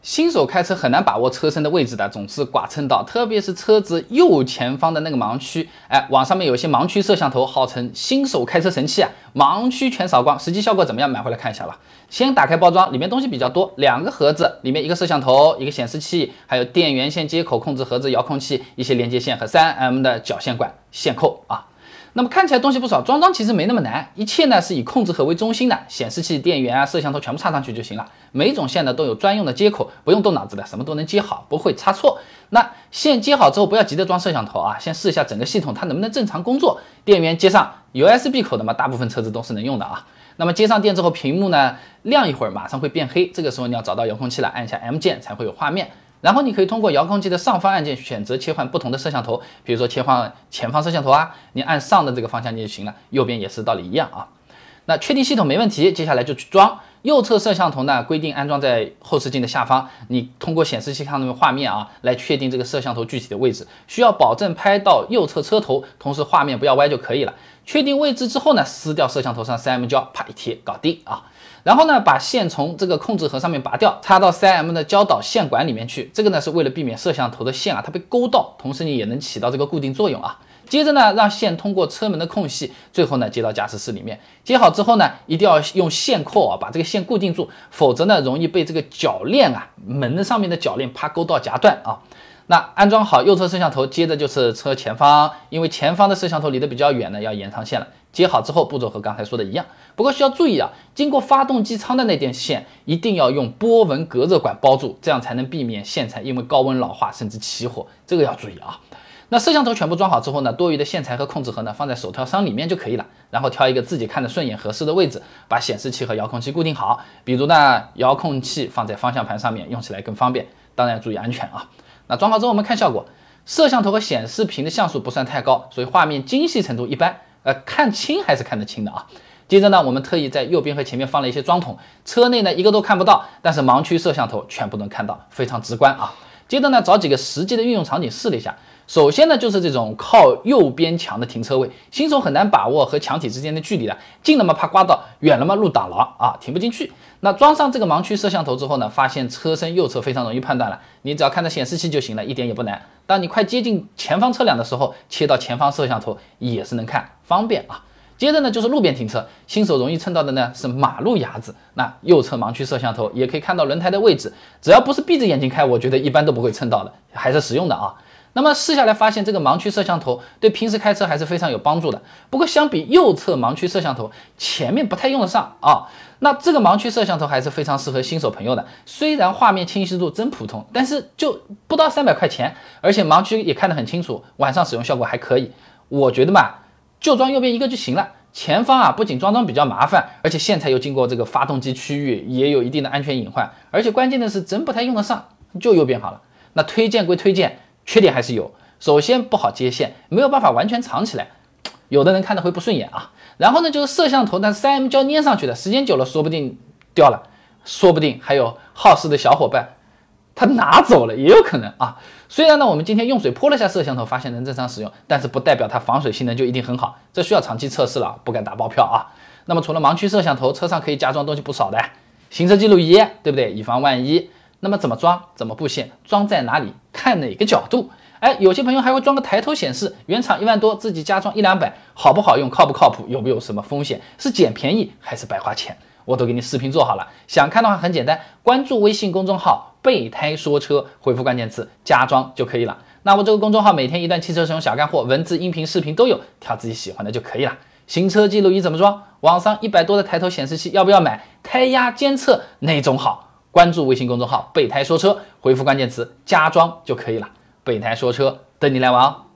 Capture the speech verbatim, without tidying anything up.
新手开车很难把握车身的位置的，总是剐蹭到，特别是车子右前方的那个盲区。哎，网上面有些盲区摄像头号称新手开车神器啊，盲区全扫光，实际效果怎么样？买回来看一下了。先打开包装，里面东西比较多，两个盒子，里面一个摄像头，一个显示器，还有电源线接口、控制盒子、遥控器、一些连接线和 三 M 的绞线管线扣啊。那么看起来东西不少，装装其实没那么难，一切呢是以控制盒为中心的，显示器、电源啊、摄像头全部插上去就行了。每种线呢都有专用的接口，不用动脑子的，什么都能接好，不会插错。那线接好之后，不要急着装摄像头啊，先试一下整个系统它能不能正常工作。电源接上 U S B 口的嘛，大部分车子都是能用的啊。那么接上电之后，屏幕呢亮一会儿，马上会变黑，这个时候你要找到遥控器了，按下 M 键才会有画面。然后你可以通过遥控器的上方按键选择切换不同的摄像头，比如说切换前方摄像头啊，你按上的这个方向键就行了，右边也是道理一样啊。那确定系统没问题，接下来就去装。右侧摄像头呢规定安装在后视镜的下方，你通过显示器看到的画面啊，来确定这个摄像头具体的位置，需要保证拍到右侧车头，同时画面不要歪就可以了。确定位置之后呢，撕掉摄像头上 三 M 胶，啪一贴，搞定啊。然后呢，把线从这个控制盒上面拔掉，插到 三 M 的胶导线管里面去。这个呢是为了避免摄像头的线啊它被勾到，同时你也能起到这个固定作用啊。接着呢，让线通过车门的空隙，最后呢接到驾驶室里面。接好之后呢，一定要用线扣啊把这个线固定住，否则呢容易被这个铰链啊门的上面的铰链啪勾到夹断啊。那安装好右侧摄像头，接着就是车前方，因为前方的摄像头离得比较远呢，要延长线了。接好之后，步骤和刚才说的一样，不过需要注意啊，经过发动机舱的那根线一定要用波纹隔热管包住，这样才能避免线材因为高温老化甚至起火，这个要注意啊。那摄像头全部装好之后呢，多余的线材和控制盒呢放在手套箱里面就可以了，然后挑一个自己看得顺眼合适的位置，把显示器和遥控器固定好，比如呢遥控器放在方向盘上面，用起来更方便，当然要注意安全啊。那装好之后我们看效果，摄像头和显示屏的像素不算太高，所以画面精细程度一般，呃，看清还是看得清的啊。接着呢，我们特意在右边和前面放了一些装筒，车内呢一个都看不到，但是盲区摄像头全部能看到，非常直观啊。接着呢，找几个实际的运用场景试了一下。首先呢，就是这种靠右边墙的停车位，新手很难把握和墙体之间的距离的，近了嘛怕刮到，远了嘛路挡了啊，停不进去。那装上这个盲区摄像头之后呢，发现车身右侧非常容易判断了，你只要看着显示器就行了，一点也不难。当你快接近前方车辆的时候，切到前方摄像头也是能看，方便啊。接着呢，就是路边停车，新手容易蹭到的呢是马路牙子，那右侧盲区摄像头也可以看到轮胎的位置，只要不是闭着眼睛开，我觉得一般都不会蹭到的，还是实用的啊。那么试下来发现，这个盲区摄像头对平时开车还是非常有帮助的。不过相比右侧盲区摄像头，前面不太用得上啊。那这个盲区摄像头还是非常适合新手朋友的。虽然画面清晰度真普通，但是就不到三百块钱，而且盲区也看得很清楚，晚上使用效果还可以。我觉得嘛，就装右边一个就行了。前方啊，不仅装装比较麻烦，而且线材又经过这个发动机区域，也有一定的安全隐患。而且关键的是，真不太用得上，就右边好了。那推荐归推荐，缺点还是有。首先不好接线，没有办法完全藏起来，有的人看的会不顺眼啊。然后呢，就是摄像头它是 三 M 胶粘上去的，时间久了说不定掉了，说不定还有好事的小伙伴他拿走了，也有可能啊。虽然呢，我们今天用水泼了下摄像头，发现能正常使用，但是不代表它防水性能就一定很好，这需要长期测试了，不敢打包票啊。那么除了盲区摄像头，车上可以加装东西不少的，行车记录仪，对不对？以防万一。那么怎么装？怎么布线？装在哪里？看哪个角度？哎，有些朋友还会装个抬头显示，原厂一万多，自己加装一两百，好不好用？靠不靠谱？有没有什么风险？是捡便宜还是白花钱？我都给你视频做好了，想看的话很简单，关注微信公众号备胎说车，回复关键词加装就可以了。那我这个公众号每天一段汽车使用小干货，文字、音频、视频都有，挑自己喜欢的就可以了。行车记录仪怎么装？网上一百多的抬头显示器要不要买？胎压监测哪种好？关注微信公众号备胎说车，回复关键词加装就可以了。备胎说车，等你来玩哦。